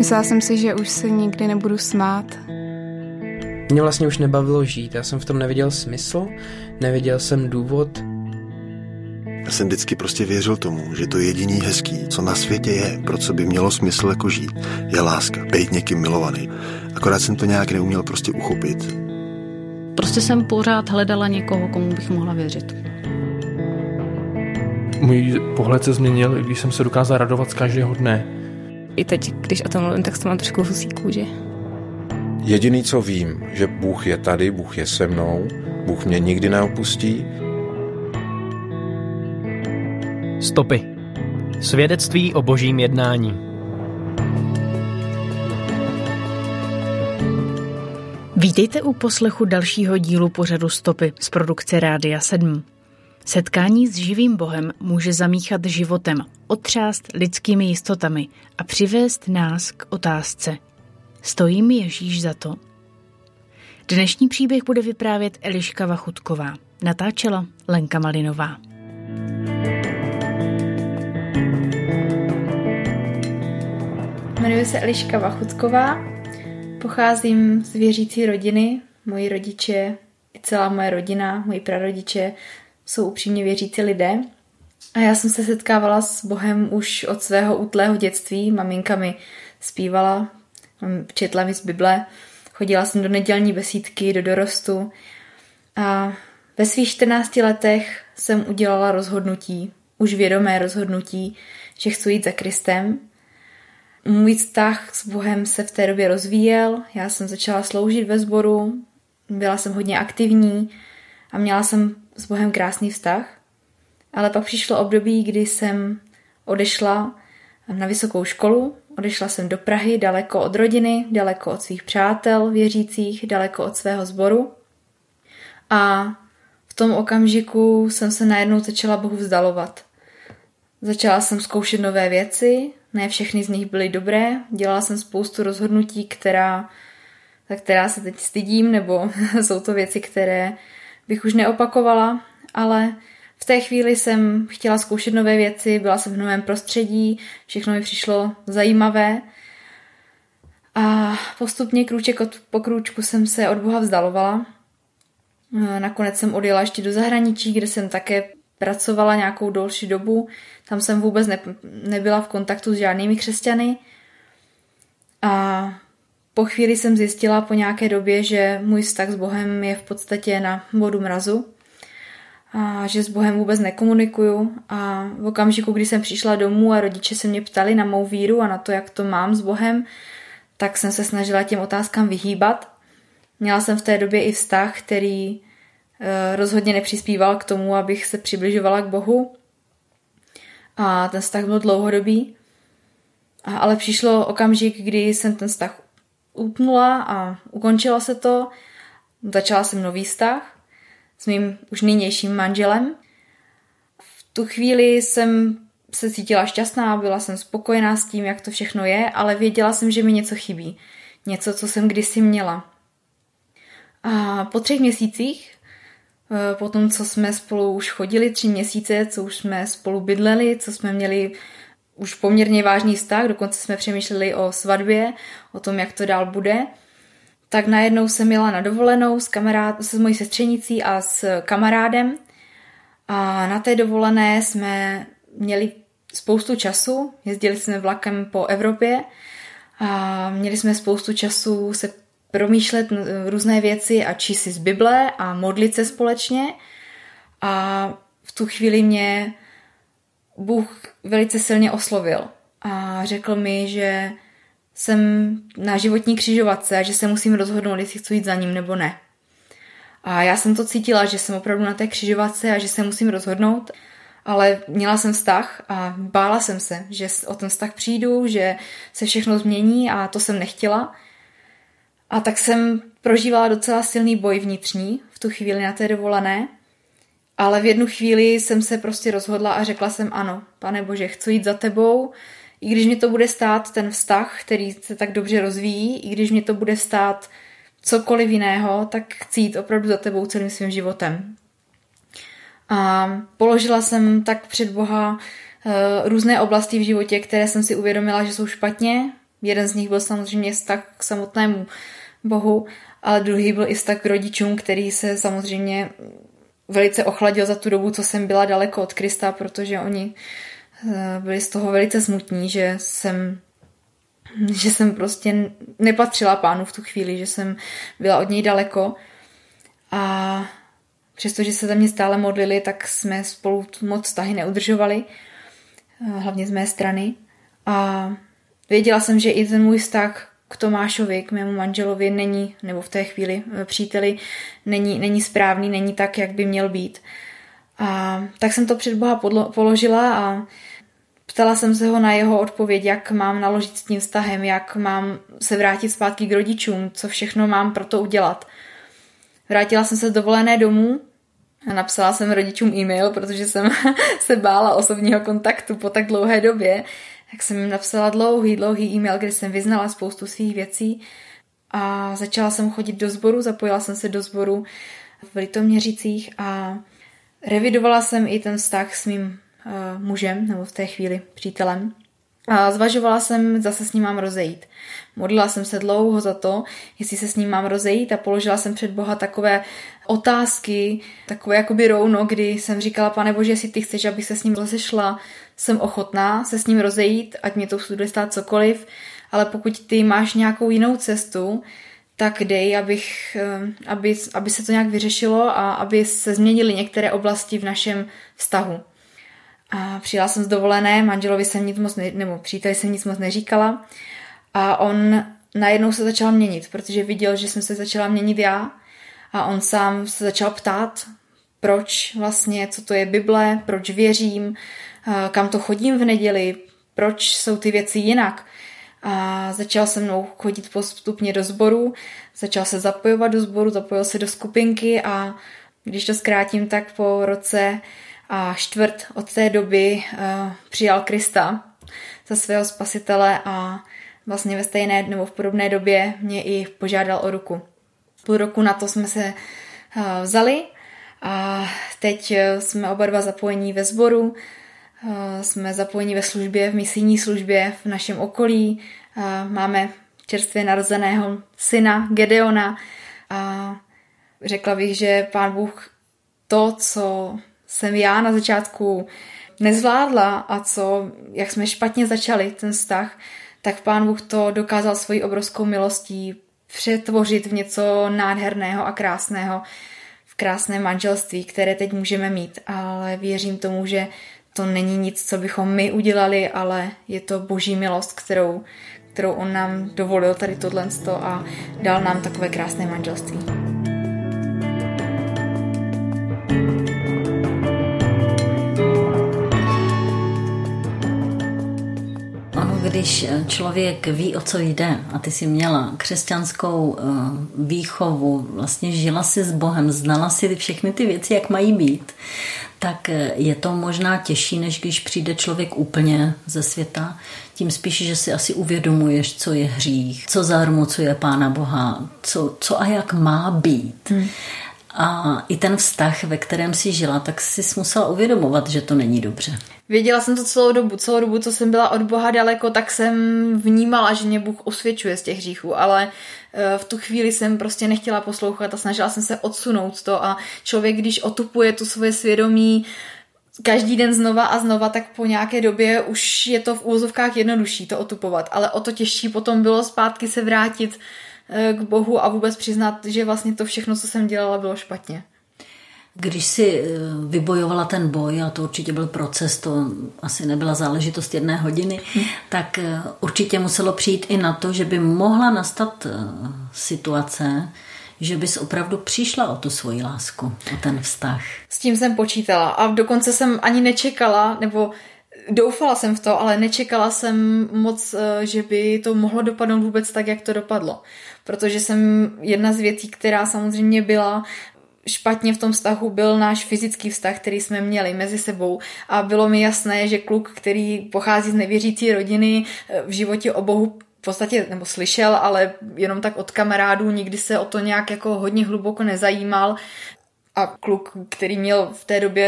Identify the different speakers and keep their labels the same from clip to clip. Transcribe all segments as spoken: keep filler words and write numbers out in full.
Speaker 1: Myslela jsem si, že už se nikdy nebudu smát.
Speaker 2: Mě vlastně už nebavilo žít, já jsem v tom neviděl smysl, neviděl jsem důvod.
Speaker 3: Já jsem vždycky prostě věřil tomu, že to jediný hezký, co na světě je, pro co by mělo smysl jako žít, je láska, být někým milovaný. Akorát jsem to nějak neuměl prostě uchopit.
Speaker 4: Prostě jsem pořád hledala někoho, komu bych mohla věřit.
Speaker 5: Můj pohled se změnil, když jsem se dokázal radovat z každého dne.
Speaker 1: I teď, když o tom mluvím, tak to mám trošku husí kůži.
Speaker 6: Jediný, co vím, že Bůh je tady, Bůh je se mnou, Bůh mě nikdy neopustí.
Speaker 7: Stopy. Svědectví o božím jednání.
Speaker 8: Vítejte u poslechu dalšího dílu pořadu Stopy z produkce Rádia sedm. Setkání s živým Bohem může zamíchat životem, otřást lidskými jistotami a přivést nás k otázce: stojí mi Ježíš za to? Dnešní příběh bude vyprávět Eliška Vachutková. Natáčela Lenka Malinová.
Speaker 9: Jmenuji se Eliška Vachutková, pocházím z věřící rodiny. Moji rodiče i celá moje rodina, moji prarodiče jsou upřímně věřící lidé. A já jsem se setkávala s Bohem už od svého útlého dětství. Maminka mi zpívala, četla mi z Bible, chodila jsem do nedělní besídky, do dorostu. A ve svých čtrnácti letech jsem udělala rozhodnutí, už vědomé rozhodnutí, že chci jít za Kristem. Můj vztah s Bohem se v té době rozvíjel, já jsem začala sloužit ve sboru, byla jsem hodně aktivní a měla jsem s Bohem krásný vztah. Ale pak přišlo období, kdy jsem odešla na vysokou školu, odešla jsem do Prahy, daleko od rodiny, daleko od svých přátel věřících, daleko od svého sboru. A v tom okamžiku jsem se najednou začala Bohu vzdalovat. Začala jsem zkoušet nové věci, ne všechny z nich byly dobré, dělala jsem spoustu rozhodnutí, která, za která se teď stydím, nebo jsou to věci, které bych už neopakovala, ale v té chvíli jsem chtěla zkoušet nové věci, byla jsem v novém prostředí, všechno mi přišlo zajímavé a postupně krůček od, po krůčku jsem se od Boha vzdalovala. Nakonec jsem odjela ještě do zahraničí, kde jsem také pracovala nějakou delší dobu. Tam jsem vůbec ne, nebyla v kontaktu s žádnými křesťany. A po chvíli jsem zjistila po nějaké době, že můj vztah s Bohem je v podstatě na bodu mrazu. A že s Bohem vůbec nekomunikuju. A v okamžiku, kdy jsem přišla domů a rodiče se mě ptali na mou víru a na to, jak to mám s Bohem, tak jsem se snažila těm otázkám vyhýbat. Měla jsem v té době i vztah, který rozhodně nepřispíval k tomu, abych se přibližovala k Bohu. A ten vztah byl dlouhodobý. Ale přišlo okamžik, kdy jsem ten vztah utnula a ukončilo se to. Začala jsem nový vztah s mým už nynějším manželem. V tu chvíli jsem se cítila šťastná, byla jsem spokojená s tím, jak to všechno je, ale věděla jsem, že mi něco chybí. Něco, co jsem kdysi měla. A po třech měsících, po tom, co jsme spolu už chodili tři měsíce, co už jsme spolu bydleli, co jsme měli už poměrně vážný vztah, dokonce jsme přemýšleli o svatbě, o tom, jak to dál bude, tak najednou jsem jela na dovolenou s, kamarád, s mojí sestřenicí a s kamarádem a na té dovolené jsme měli spoustu času, jezdili jsme vlakem po Evropě a měli jsme spoustu času se promýšlet různé věci a číst si z Bible a modlit se společně. A v tu chvíli mě Bůh velice silně oslovil a řekl mi, že jsem na životní křižovatce a že se musím rozhodnout, jestli chci jít za ním nebo ne. A já jsem to cítila, že jsem opravdu na té křižovatce a že se musím rozhodnout, ale měla jsem vztah a bála jsem se, že o ten vztah přijdu, že se všechno změní a to jsem nechtěla. A tak jsem prožívala docela silný boj vnitřní v tu chvíli na té dovolené, ale v jednu chvíli jsem se prostě rozhodla a řekla jsem ano, Pane Bože, chci jít za tebou, i když mě to bude stát ten vztah, který se tak dobře rozvíjí, i když mě to bude stát cokoliv jiného, tak chci jít opravdu za tebou celým svým životem. A položila jsem tak před Boha různé oblasti v životě, které jsem si uvědomila, že jsou špatně, jeden z nich byl samozřejmě vztah k samotnému Bohu, ale druhý byl i vztah k rodičům, který se samozřejmě velice ochladil za tu dobu, co jsem byla daleko od Krista, protože oni byli z toho velice smutní, že jsem, že jsem prostě nepatřila Pánu v tu chvíli, že jsem byla od něj daleko. A přestože se za mě stále modlili, tak jsme spolu moc vztahy neudržovali, hlavně z mé strany. A věděla jsem, že i ten můj vztah k Tomášovi, k mému manželovi není, nebo v té chvíli příteli, není, není správný, není tak, jak by měl být. A tak jsem to před Boha podlo- položila a ptala jsem se ho na jeho odpověď, jak mám naložit s tím vztahem, jak mám se vrátit zpátky k rodičům, co všechno mám pro to udělat. Vrátila jsem se z dovolené domů a napsala jsem rodičům e-mail, protože jsem se bála osobního kontaktu po tak dlouhé době. Tak jsem jim napsala dlouhý, dlouhý e-mail, kde jsem vyznala spoustu svých věcí a začala jsem chodit do sboru, zapojila jsem se do sboru v Litoměřicích a revidovala jsem i ten vztah s mým uh, mužem, nebo v té chvíli přítelem. A zvažovala jsem, zase s ním mám rozejít. Modlila jsem se dlouho za to, jestli se s ním mám rozejít a položila jsem před Boha takové otázky, takové jakoby rouno, kdy jsem říkala, Pane Bože, jestli ty chceš, abych se s ním rozešla, jsem ochotná se s ním rozejít, ať mě to bude stát cokoliv, ale pokud ty máš nějakou jinou cestu, tak dej, abych, aby, aby se to nějak vyřešilo a aby se změnily některé oblasti v našem vztahu. A přijela jsem z dovolené, manželovi jsem nic moc, ne, nebo příteli jsem nic moc neříkala a on najednou se začal měnit, protože viděl, že jsem se začala měnit já a on sám se začal ptát, proč vlastně, co to je Bible, proč věřím, kam to chodím v neděli, proč jsou ty věci jinak. A začal se mnou chodit postupně do sboru, začal se zapojovat do sboru, zapojil se do skupinky a když to zkrátím, tak po roce a čtvrt od té doby uh, přijal Krista za svého spasitele a vlastně ve stejné nebo v podobné době mě i požádal o ruku. Půl roku na to jsme se uh, vzali a teď uh, jsme oba dva zapojení ve sboru, uh, jsme zapojení ve službě, v misijní službě v našem okolí, uh, máme čerstvě narozeného syna Gedeona a řekla bych, že Pán Bůh to, co jsem já na začátku nezvládla a co, jak jsme špatně začali ten vztah, tak Pán Bůh to dokázal svojí obrovskou milostí přetvořit v něco nádherného a krásného, v krásné manželství, které teď můžeme mít. Ale věřím tomu, že to není nic, co bychom my udělali, ale je to Boží milost, kterou, kterou on nám dovolil tady tohle a dal nám takové krásné manželství.
Speaker 10: Když člověk ví, o co jde a ty jsi měla křesťanskou výchovu, vlastně žila si s Bohem, znala si všechny ty věci, jak mají být, tak je to možná těžší, než když přijde člověk úplně ze světa. Tím spíš, že si asi uvědomuješ, co je hřích, co zarmucuje Pána Boha, co, co a jak má být. Hmm. A i ten vztah, ve kterém jsi žila, tak jsi musela uvědomovat, že to není dobře.
Speaker 9: Věděla jsem to celou dobu. Celou dobu, co jsem byla od Boha daleko, tak jsem vnímala, že mě Bůh osvědčuje z těch hříchů, ale v tu chvíli jsem prostě nechtěla poslouchat a snažila jsem se odsunout to a člověk, když otupuje tu svoje svědomí každý den znova a znova, tak po nějaké době už je to v úvozovkách jednodušší to otupovat, ale o to těžší potom bylo zpátky se vrátit k Bohu a vůbec přiznat, že vlastně to všechno, co jsem dělala, bylo špatně.
Speaker 10: Když si vybojovala ten boj, a to určitě byl proces, to asi nebyla záležitost jedné hodiny, hmm. tak určitě muselo přijít i na to, že by mohla nastat situace, že bys opravdu přišla o tu svoji lásku, o ten vztah. S
Speaker 9: tím jsem počítala a dokonce jsem ani nečekala, nebo doufala jsem v to, ale nečekala jsem moc, že by to mohlo dopadnout vůbec tak, jak to dopadlo. Protože jsem jedna z věcí, která samozřejmě byla špatně v tom vztahu, byl náš fyzický vztah, který jsme měli mezi sebou a bylo mi jasné, že kluk, který pochází z nevěřící rodiny, v životě o Bohu v podstatě nebo slyšel, ale jenom tak od kamarádů, nikdy se o to nějak jako hodně hluboko nezajímal a kluk, který měl v té době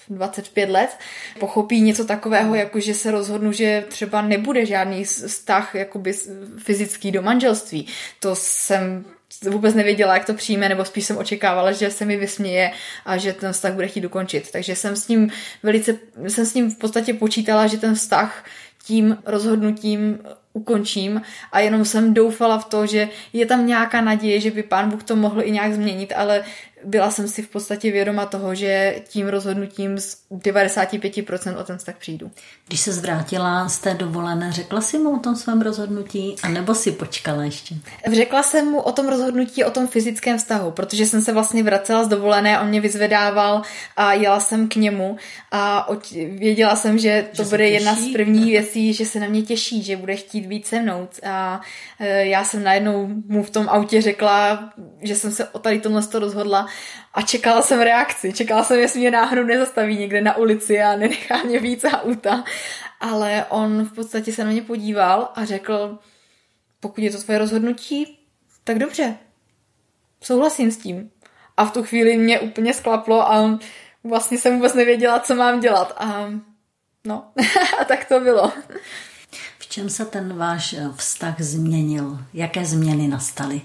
Speaker 9: dvacet pět let, pochopí něco takového, jako že se rozhodnu, že třeba nebude žádný vztah jakoby fyzický do manželství. To jsem vůbec nevěděla, jak to přijme, nebo spíš jsem očekávala, že se mi vysměje a že ten vztah bude chtít dokončit. Takže jsem s ním velice, jsem s ním v podstatě počítala, že ten vztah tím rozhodnutím ukončím a jenom jsem doufala v to, že je tam nějaká naděje, že by Pán Bůh to mohl i nějak změnit, ale byla jsem si v podstatě vědoma toho, že tím rozhodnutím z devadesát pět procent o ten vztah přijdu.
Speaker 10: Když se zvrátila z té dovolené, řekla jsi mu o tom svém rozhodnutí, anebo si počkala ještě?
Speaker 9: Řekla jsem mu o tom rozhodnutí, o tom fyzickém vztahu, protože jsem se vlastně vracela z dovolené, on mě vyzvedával a jela jsem k němu a věděla jsem, že to že bude jedna z prvních věcí, že se na mě těší, že bude chtít být se mnou. A já jsem najednou mu v tom autě řekla, že jsem se o tady tomhle rozhodla a čekala jsem reakci. Čekala jsem, jestli mě náhodou nezastaví někde na ulici a nenechá mě víc auta. Ale on v podstatě se na mě podíval a řekl, pokud je to tvoje rozhodnutí, tak dobře. Souhlasím s tím. A v tu chvíli mě úplně sklaplo a vlastně jsem vůbec nevěděla, co mám dělat. A no, a tak to bylo.
Speaker 10: V čem se ten váš vztah změnil? Jaké změny nastaly?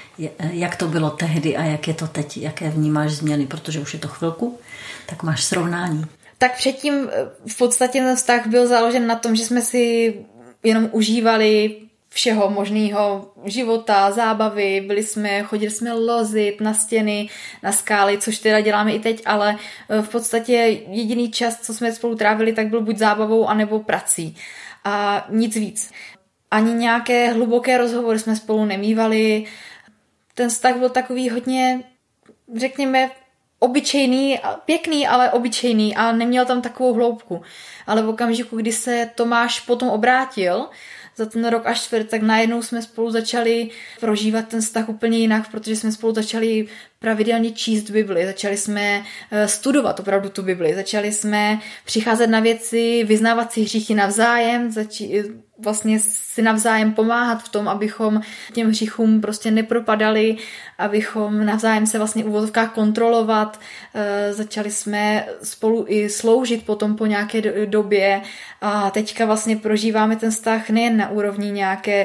Speaker 10: Jak to bylo tehdy a jak je to teď? Jaké vnímáš změny? Protože už je to chvilku, tak máš srovnání.
Speaker 9: Tak předtím v podstatě ten vztah byl založen na tom, že jsme si jenom užívali všeho možného života, zábavy, byli jsme, chodili jsme lozit na stěny, na skály, což teda děláme i teď, ale v podstatě jediný čas, co jsme spolu trávili, tak byl buď zábavou, anebo prací. A nic víc. Ani nějaké hluboké rozhovory jsme spolu nemívali. Ten vztah byl takový hodně, řekněme, obyčejný, pěkný, ale obyčejný a neměl tam takovou hloubku. Ale v okamžiku, kdy se Tomáš potom obrátil za ten rok a čtvrt, tak najednou jsme spolu začali prožívat ten vztah úplně jinak, protože jsme spolu začali pravidelně číst Bibli, začali jsme studovat opravdu tu Bibli, začali jsme přicházet na věci, vyznávat si hříchy navzájem, zači- vlastně si navzájem pomáhat v tom, abychom těm hříchům prostě nepropadali, abychom navzájem se vlastně v uvozovkách kontrolovat. Začali jsme spolu i sloužit potom po nějaké době a teďka vlastně prožíváme ten vztah nejen na úrovni nějaké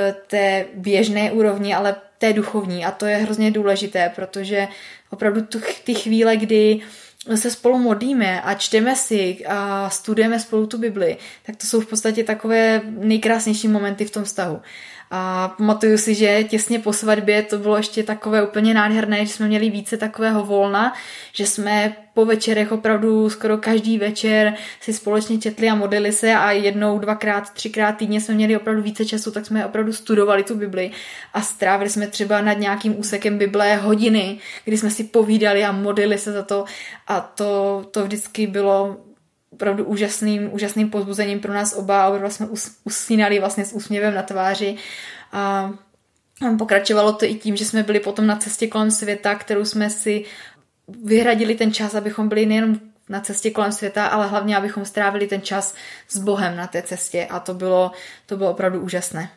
Speaker 9: té běžné úrovni, ale té duchovní a to je hrozně důležité, protože opravdu tu, ty chvíle, kdy se spolu modlíme a čteme si a studujeme spolu tu Bibli, tak to jsou v podstatě takové nejkrásnější momenty v tom vztahu. A pamatuju si, že těsně po svatbě to bylo ještě takové úplně nádherné, že jsme měli více takového volna, že jsme po večerech opravdu skoro každý večer si společně četli a modlili se a jednou, dvakrát, třikrát týdně jsme měli opravdu více času, tak jsme opravdu studovali tu Bibli a strávili jsme třeba nad nějakým úsekem Bible hodiny, kdy jsme si povídali a modlili se za to a to, to vždycky bylo opravdu úžasným, úžasným pozbuzením pro nás oba a oba jsme usínali vlastně s úsměvem na tváři a pokračovalo to i tím, že jsme byli potom na cestě kolem světa, kterou jsme si vyhradili ten čas, abychom byli nejenom na cestě kolem světa, ale hlavně abychom strávili ten čas s Bohem na té cestě a to bylo, to bylo opravdu úžasné.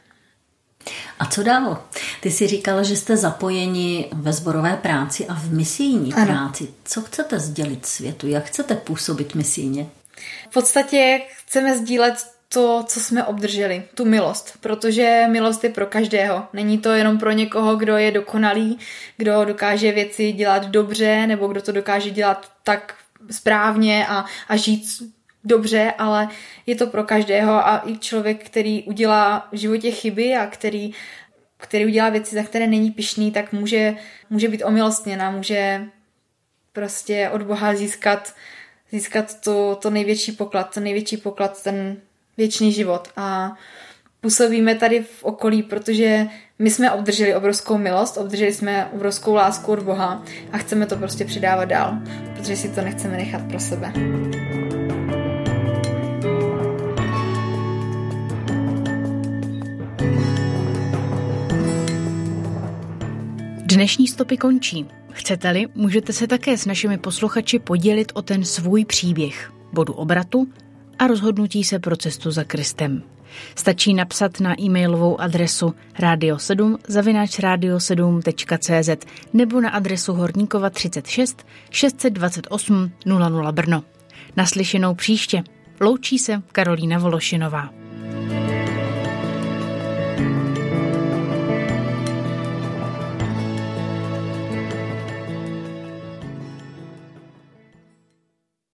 Speaker 10: A co dál? Ty jsi říkala, že jste zapojeni ve sborové práci a v misijní
Speaker 9: ano.
Speaker 10: práci. Co chcete sdělit světu? Jak chcete působit misijně?
Speaker 9: V podstatě chceme sdílet to, co jsme obdrželi, tu milost, protože milost je pro každého. Není to jenom pro někoho, kdo je dokonalý, kdo dokáže věci dělat dobře, nebo kdo to dokáže dělat tak správně a, a žít dobře, ale je to pro každého a i člověk, který udělá v životě chyby a který, který udělá věci, za které není pyšný, tak může, může být omilostněna, může prostě od Boha získat, získat to, to největší poklad, ten největší poklad, ten věčný život. A působíme tady v okolí, protože my jsme obdrželi obrovskou milost, obdrželi jsme obrovskou lásku od Boha a chceme to prostě předávat dál, protože si to nechceme nechat pro sebe.
Speaker 8: Dnešní stopy končí. Chcete-li, můžete se také s našimi posluchači podělit o ten svůj příběh, bodu obratu a rozhodnutí se pro cestu za Kristem. Stačí napsat na e-mailovou adresu radio sedm zavináč radio sedm tečka cé zet nebo na adresu Horníkova třicet šest šest set dvacet osm nula nula Brno. Naslyšenou příště. Loučí se Karolína Vološinová.